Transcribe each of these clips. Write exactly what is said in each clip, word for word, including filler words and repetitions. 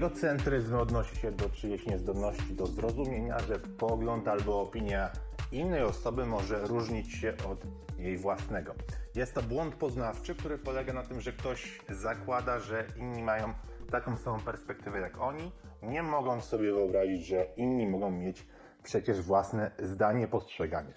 Egocentryzm odnosi się do czyjejś niezdolności do zrozumienia, że pogląd albo opinia innej osoby może różnić się od jej własnego. Jest to błąd poznawczy, który polega na tym, że ktoś zakłada, że inni mają taką samą perspektywę jak oni, nie mogąc sobie wyobrazić, że inni mogą mieć przecież własne zdanie, postrzeganie.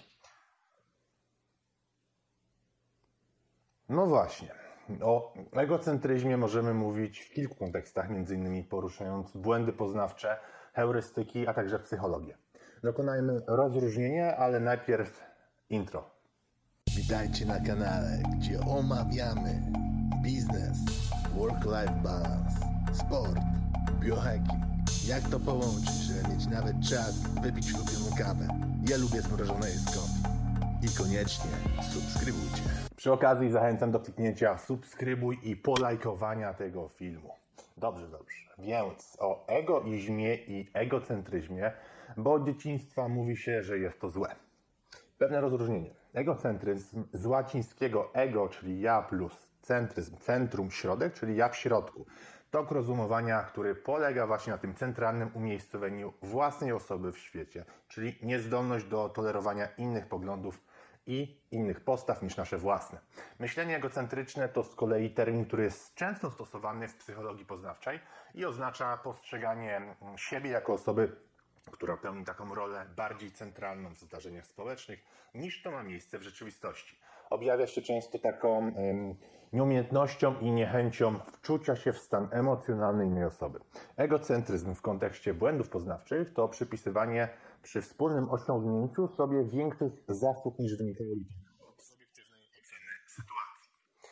No właśnie, o egocentryzmie możemy mówić w kilku kontekstach, między innymi poruszając błędy poznawcze, heurystyki, a także psychologię. Dokonajmy rozróżnienia, ale najpierw intro. Witajcie na kanale, gdzie omawiamy biznes, work-life balance, sport, biohacking. Jak to połączyć, żeby mieć nawet czas wypić ulubioną kawę. Ja lubię zmrożone coffee. I koniecznie subskrybujcie. Przy okazji zachęcam do kliknięcia subskrybuj i polajkowania tego filmu. Dobrze, dobrze. Więc o egoizmie i egocentryzmie, bo od dzieciństwa mówi się, że jest to złe. Pewne rozróżnienie. Egocentryzm z łacińskiego ego, czyli ja, plus centryzm, centrum, środek, czyli ja w środku. Tok rozumowania, który polega właśnie na tym centralnym umiejscowieniu własnej osoby w świecie, czyli niezdolność do tolerowania innych poglądów i innych postaw niż nasze własne. Myślenie egocentryczne to z kolei termin, który jest często stosowany w psychologii poznawczej i oznacza postrzeganie siebie jako osoby, która pełni taką rolę bardziej centralną w zdarzeniach społecznych, niż to ma miejsce w rzeczywistości. Objawia się często taką um, nieumiejętnością i niechęcią wczucia się w stan emocjonalny innej osoby. Egocentryzm w kontekście błędów poznawczych to przypisywanie przy wspólnym osiągnięciu sobie większych zasług niż wynikało z obiektywnej oceny sytuacji.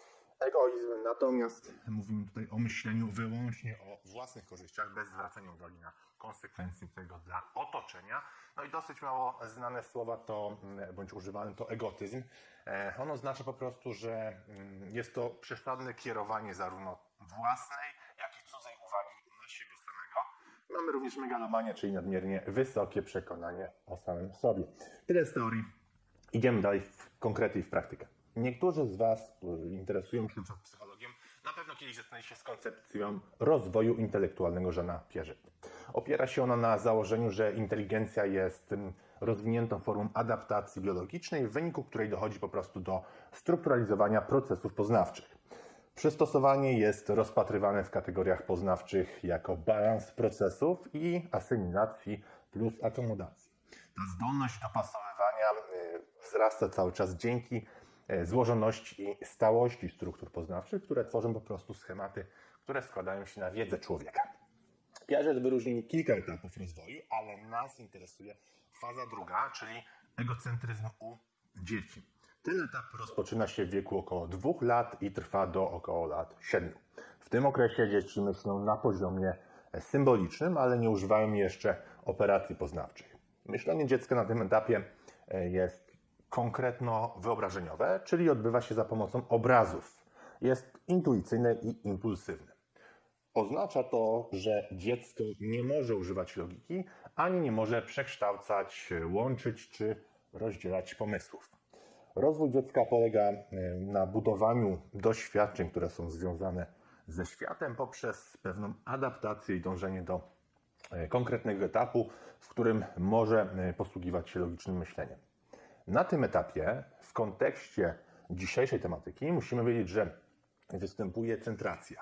Egoizm natomiast, mówimy tutaj o myśleniu wyłącznie o własnych korzyściach, bez zwracania uwagi na konsekwencje tego dla otoczenia. No i dosyć mało znane słowa to, bądź używane to egotyzm. Ono oznacza po prostu, że jest to przesadne kierowanie zarówno własnej, jak i cudzej uwagi na siebie samego. Mamy również megalomanię, czyli nadmiernie wysokie przekonanie o samym sobie. Tyle z teorii. Idziemy dalej w konkrety i w praktykę. Niektórzy z Was, którzy interesują się psychologią, na pewno kiedyś zetknęli się z koncepcją rozwoju intelektualnego Jeana Piageta. Opiera się ona na założeniu, że inteligencja jest rozwiniętą formą adaptacji biologicznej, w wyniku której dochodzi po prostu do strukturalizowania procesów poznawczych. Przystosowanie jest rozpatrywane w kategoriach poznawczych jako balans procesów i asymilacji plus akomodacji. Ta zdolność dopasowywania wzrasta cały czas dzięki złożoności i stałości struktur poznawczych, które tworzą po prostu schematy, które składają się na wiedzę człowieka. Piaget wyróżnił kilka etapów rozwoju, ale nas interesuje faza druga, czyli egocentryzm u dzieci. Ten etap rozpoczyna się w wieku około dwóch lat i trwa do około lat siedmiu. W tym okresie dzieci myślą na poziomie symbolicznym, ale nie używają jeszcze operacji poznawczych. Myślenie dziecka na tym etapie jest konkretno-wyobrażeniowe, czyli odbywa się za pomocą obrazów. Jest intuicyjne i impulsywne. Oznacza to, że dziecko nie może używać logiki, ani nie może przekształcać, łączyć czy rozdzielać pomysłów. Rozwój dziecka polega na budowaniu doświadczeń, które są związane ze światem poprzez pewną adaptację i dążenie do konkretnego etapu, w którym może posługiwać się logicznym myśleniem. Na tym etapie, w kontekście dzisiejszej tematyki, musimy wiedzieć, że występuje centracja.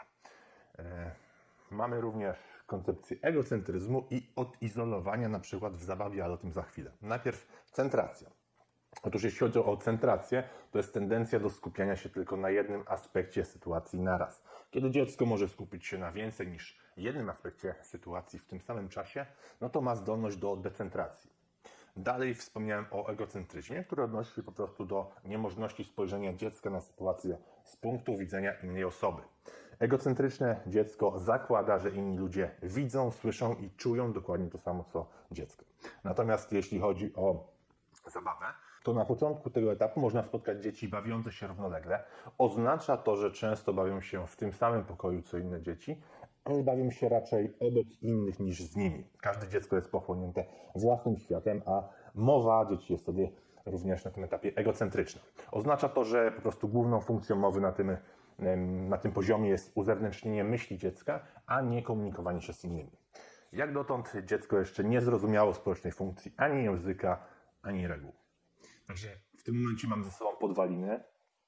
Mamy również koncepcję egocentryzmu i odizolowania, na przykład w zabawie, ale o tym za chwilę. Najpierw centracja. Otóż jeśli chodzi o centrację, to jest tendencja do skupiania się tylko na jednym aspekcie sytuacji naraz. Kiedy dziecko może skupić się na więcej niż jednym aspekcie sytuacji w tym samym czasie, no to ma zdolność do decentracji. Dalej wspomniałem o egocentryzmie, który odnosi się po prostu do niemożności spojrzenia dziecka na sytuację z punktu widzenia innej osoby. Egocentryczne dziecko zakłada, że inni ludzie widzą, słyszą i czują dokładnie to samo, co dziecko. Natomiast jeśli chodzi o zabawę, to na początku tego etapu można spotkać dzieci bawiące się równolegle. Oznacza to, że często bawią się w tym samym pokoju, co inne dzieci, ale bawią się raczej obok innych niż z nimi. Każde dziecko jest pochłonięte własnym światem, a mowa dzieci jest wtedy również na tym etapie egocentryczna. Oznacza to, że po prostu główną funkcją mowy na tym na tym poziomie jest uzewnętrznienie myśli dziecka, a nie komunikowanie się z innymi. Jak dotąd dziecko jeszcze nie zrozumiało społecznej funkcji ani języka, ani reguł. Także w tym momencie mam ze sobą podwaliny,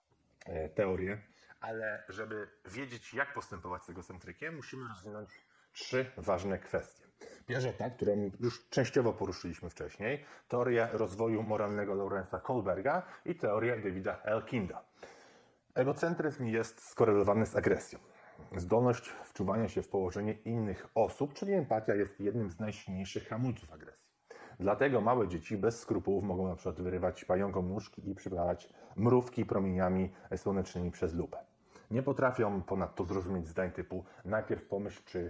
teorię, ale żeby wiedzieć, jak postępować z egocentrykiem, musimy rozwinąć trzy ważne kwestie. Pierwsza ta, którą już częściowo poruszyliśmy wcześniej, teoria rozwoju moralnego Lawrence'a Kohlberga i teoria Davida Elkinda. Egocentryzm jest skorelowany z agresją. Zdolność wczuwania się w położenie innych osób, czyli empatia, jest jednym z najsilniejszych hamulców agresji. Dlatego małe dzieci bez skrupułów mogą na przykład wyrywać pająkom nóżki i przypalać mrówki promieniami słonecznymi przez lupę. Nie potrafią ponadto zrozumieć zdań typu najpierw pomyśl, czy,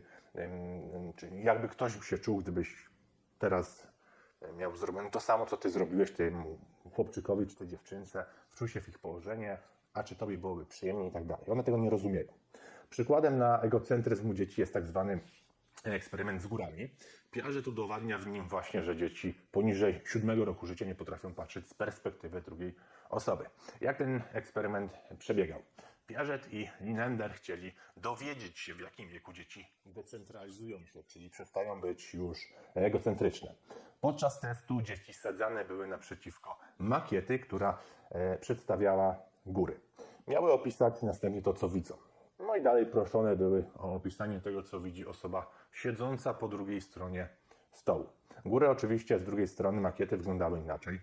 czy jakby ktoś się czuł, gdybyś teraz miał zrobione to samo, co ty zrobiłeś temu chłopczykowi czy tej dziewczynce, wczuł się w ich położenie, a czy tobie byłoby przyjemnie i tak dalej. One tego nie rozumieją. Przykładem na egocentryzm u dzieci jest tak zwany eksperyment z górami. Piaget udowadnia w nim właśnie, że dzieci poniżej siódmego roku życia nie potrafią patrzeć z perspektywy drugiej osoby. Jak ten eksperyment przebiegał? Piaget i Linender chcieli dowiedzieć się, w jakim wieku dzieci decentralizują się, czyli przestają być już egocentryczne. Podczas testu dzieci sadzane były naprzeciwko makiety, która e, przedstawiała góry. Miały opisać następnie to, co widzą. No i dalej proszone były o opisanie tego, co widzi osoba siedząca po drugiej stronie stołu. Góry oczywiście z drugiej strony makiety wyglądały inaczej.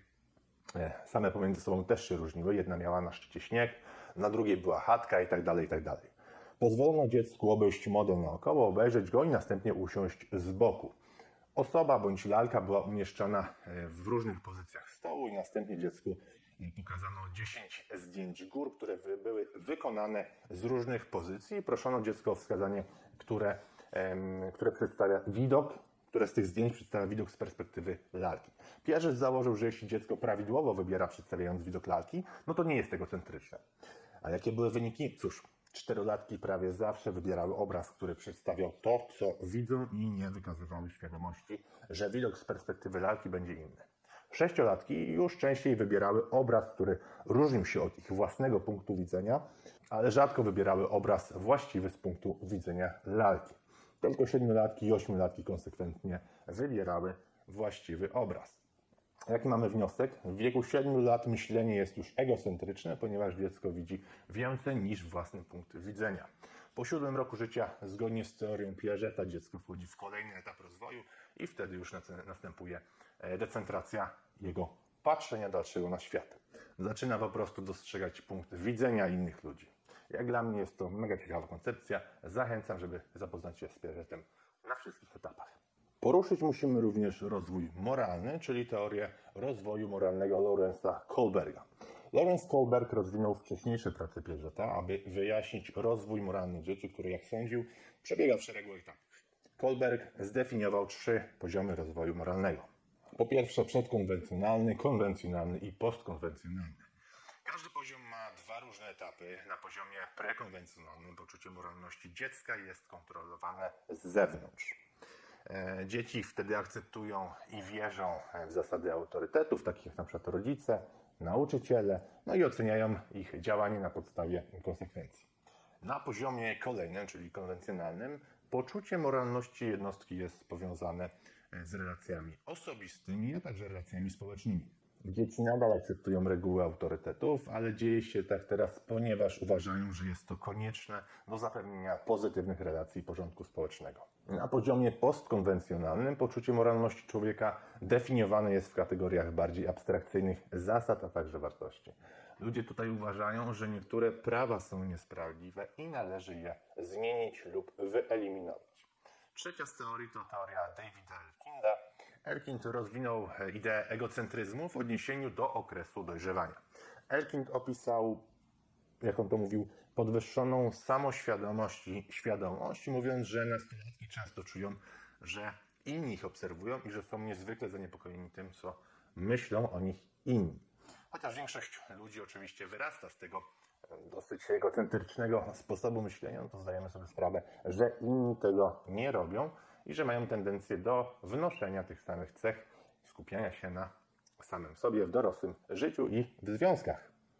Same pomiędzy sobą też się różniły. Jedna miała na szczycie śnieg, na drugiej była chatka i tak dalej, i tak dalej. Pozwolono dziecku obejść model naokoło, obejrzeć go i następnie usiąść z boku. Osoba bądź lalka była umieszczana w różnych pozycjach stołu i następnie dziecku pokazano dziesięć zdjęć gór, które były wykonane z różnych pozycji i proszono dziecko o wskazanie, które, które przedstawia widok, które z tych zdjęć przedstawia widok z perspektywy lalki. Piaget założył, że jeśli dziecko prawidłowo wybiera przedstawiając widok lalki, no to nie jest egocentryczne. A jakie były wyniki? Cóż, czterolatki prawie zawsze wybierały obraz, który przedstawiał to, co widzą i nie wykazywały świadomości, że widok z perspektywy lalki będzie inny. Sześciolatki już częściej wybierały obraz, który różnił się od ich własnego punktu widzenia, ale rzadko wybierały obraz właściwy z punktu widzenia lalki. Tylko siedmiolatki i ośmiolatki konsekwentnie wybierały właściwy obraz. Jaki mamy wniosek? W wieku siedmiu lat myślenie jest już egocentryczne, ponieważ dziecko widzi więcej niż własny punkt widzenia. Po siódmym roku życia, zgodnie z teorią Piageta, dziecko wchodzi w kolejny etap rozwoju i wtedy już następuje decentracja jego patrzenia dalszego na świat. Zaczyna po prostu dostrzegać punkt widzenia innych ludzi. Jak dla mnie jest to mega ciekawa koncepcja. Zachęcam, żeby zapoznać się z Piagetem na wszystkich etapach. Poruszyć musimy również rozwój moralny, czyli teorię rozwoju moralnego Lawrence'a Kohlberga. Lawrence Kohlberg rozwinął wcześniejsze prace Piageta, aby wyjaśnić rozwój moralny dzieci, który, jak sądził, przebiega w szeregu etapów. Kohlberg zdefiniował trzy poziomy rozwoju moralnego. Po pierwsze przedkonwencjonalny, konwencjonalny i postkonwencjonalny. Każdy poziom ma dwa różne etapy. Na poziomie prekonwencjonalnym poczucie moralności dziecka jest kontrolowane z zewnątrz. Dzieci wtedy akceptują i wierzą w zasady autorytetów, takich jak na przykład rodzice, nauczyciele, no i oceniają ich działanie na podstawie konsekwencji. Na poziomie kolejnym, czyli konwencjonalnym, poczucie moralności jednostki jest powiązane z relacjami osobistymi, a także relacjami społecznymi. Dzieci nadal akceptują reguły autorytetów, ale dzieje się tak teraz, ponieważ uważają, że jest to konieczne do zapewnienia pozytywnych relacji i porządku społecznego. Na poziomie postkonwencjonalnym poczucie moralności człowieka definiowane jest w kategoriach bardziej abstrakcyjnych zasad, a także wartości. Ludzie tutaj uważają, że niektóre prawa są niesprawiedliwe i należy je zmienić lub wyeliminować. Trzecia z teorii to teoria Davida Elkinda. Elkind rozwinął ideę egocentryzmu w odniesieniu do okresu dojrzewania. Elkind opisał, jak on to mówił, podwyższoną samoświadomość i świadomość, mówiąc, że nastolatki często czują, że inni ich obserwują i że są niezwykle zaniepokojeni tym, co myślą o nich inni. Chociaż większość ludzi oczywiście wyrasta z tego dosyć egocentrycznego sposobu myślenia, no to zdajemy sobie sprawę, że inni tego nie robią i że mają tendencję do wnoszenia tych samych cech, skupiania się na samym sobie w dorosłym życiu i w związkach.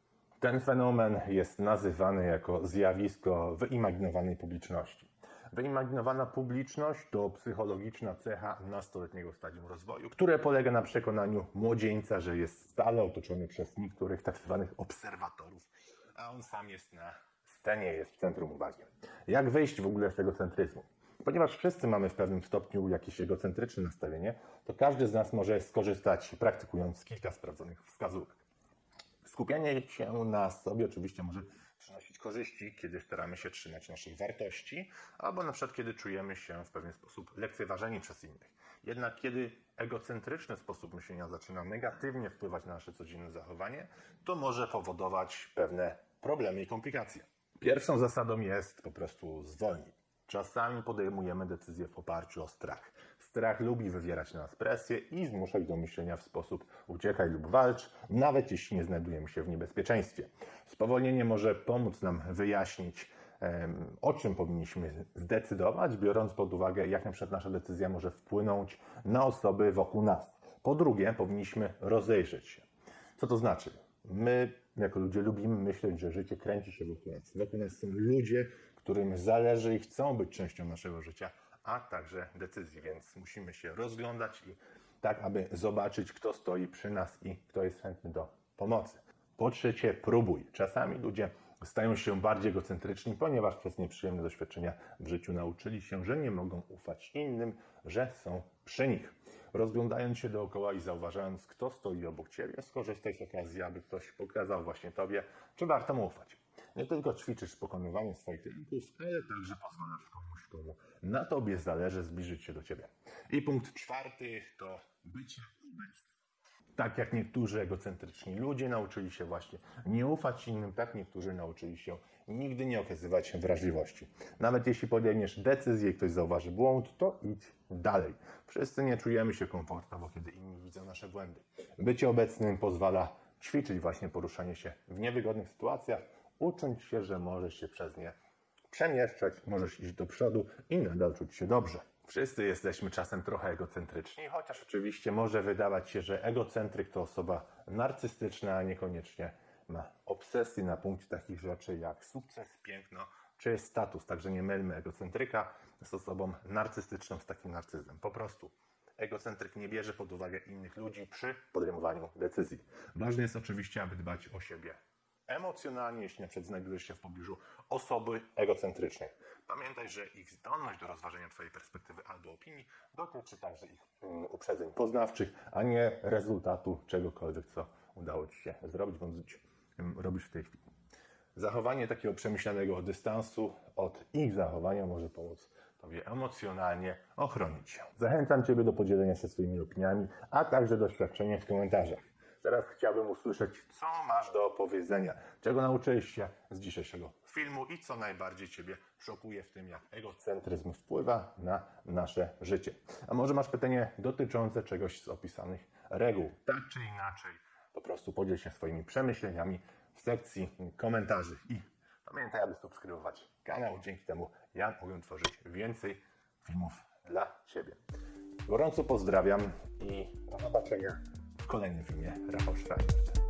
Ten fenomen jest nazywany jako zjawisko wyimaginowanej publiczności. Wyimaginowana publiczność to psychologiczna cecha nastoletniego stadium rozwoju, które polega na przekonaniu młodzieńca, że jest stale otoczony przez niektórych tak zwanych obserwatorów, a on sam jest na scenie, jest w centrum uwagi. Jak wyjść w ogóle z egocentryzmu? Ponieważ wszyscy mamy w pewnym stopniu jakieś egocentryczne nastawienie, to każdy z nas może skorzystać, praktykując kilka sprawdzonych wskazówek. Skupianie się na sobie oczywiście może przynosić korzyści, kiedy staramy się trzymać naszych wartości, albo na przykład kiedy czujemy się w pewien sposób lekceważeni przez innych. Jednak kiedy egocentryczny sposób myślenia zaczyna negatywnie wpływać na nasze codzienne zachowanie, to może powodować pewne problemy i komplikacje. Pierwszą zasadą jest po prostu zwolnić. Czasami podejmujemy decyzje w oparciu o strach. Strach lubi wywierać na nas presję i zmuszać do myślenia w sposób uciekaj lub walcz, nawet jeśli nie znajdujemy się w niebezpieczeństwie. Spowolnienie może pomóc nam wyjaśnić, em, o czym powinniśmy zdecydować, biorąc pod uwagę, jak na przykład nasza decyzja może wpłynąć na osoby wokół nas. Po drugie, powinniśmy rozejrzeć się. Co to znaczy? My, jako ludzie, lubimy myśleć, że życie kręci się wokół nas. Wokół nas są ludzie, którym zależy i chcą być częścią naszego życia, a także decyzji, więc musimy się rozglądać i tak, aby zobaczyć, kto stoi przy nas i kto jest chętny do pomocy. Po trzecie, próbuj. Czasami ludzie stają się bardziej egocentryczni, ponieważ przez nieprzyjemne doświadczenia w życiu nauczyli się, że nie mogą ufać innym, że są przy nich. Rozglądając się dookoła i zauważając, kto stoi obok Ciebie, skorzystaj z okazji, aby ktoś pokazał właśnie Tobie, czy warto mu ufać. Nie tylko ćwiczysz pokonywanie swoich lęków, ale także pozwalasz komuś, komu na Tobie zależy, zbliżyć się do Ciebie. I punkt czwarty to bycie obecnym. Tak jak niektórzy egocentryczni ludzie nauczyli się właśnie nie ufać innym, tak niektórzy nauczyli się nigdy nie okazywać wrażliwości. Nawet jeśli podejmiesz decyzję i ktoś zauważy błąd, to idź dalej. Wszyscy nie czujemy się komfortowo, kiedy inni widzą nasze błędy. Bycie obecnym pozwala ćwiczyć właśnie poruszanie się w niewygodnych sytuacjach, ucząc się, że możesz się przez nie przemieszczać, możesz iść do przodu i nadal czuć się dobrze. Wszyscy jesteśmy czasem trochę egocentryczni, chociaż oczywiście może wydawać się, że egocentryk to osoba narcystyczna, a niekoniecznie ma obsesję na punkcie takich rzeczy jak sukces, piękno czy status. Także nie mylmy egocentryka z osobą narcystyczną z takim narcyzmem. Po prostu egocentryk nie bierze pod uwagę innych ludzi przy podejmowaniu decyzji. Ważne jest oczywiście, aby dbać o siebie emocjonalnie, jeśli na przykład znajdujesz się w pobliżu osoby egocentrycznej. Pamiętaj, że ich zdolność do rozważenia Twojej perspektywy albo opinii dotyczy także ich um, uprzedzeń poznawczych, a nie rezultatu czegokolwiek, co udało Ci się zrobić, bądź um, robisz w tej chwili. Zachowanie takiego przemyślanego dystansu od ich zachowania może pomóc Tobie emocjonalnie ochronić się. Zachęcam Ciebie do podzielenia się swoimi opiniami, a także doświadczeniem w komentarzach. Teraz chciałbym usłyszeć, co masz do opowiedzenia, czego nauczyłeś się z dzisiejszego filmu i co najbardziej Ciebie szokuje w tym, jak egocentryzm wpływa na nasze życie. A może masz pytanie dotyczące czegoś z opisanych reguł? Tak czy inaczej, po prostu podziel się swoimi przemyśleniami w sekcji komentarzy i pamiętaj, aby subskrybować kanał. Dzięki temu ja mogę tworzyć więcej filmów dla Ciebie. Gorąco pozdrawiam i do zobaczenia w kolejnym filmie. Rafał Schreibert.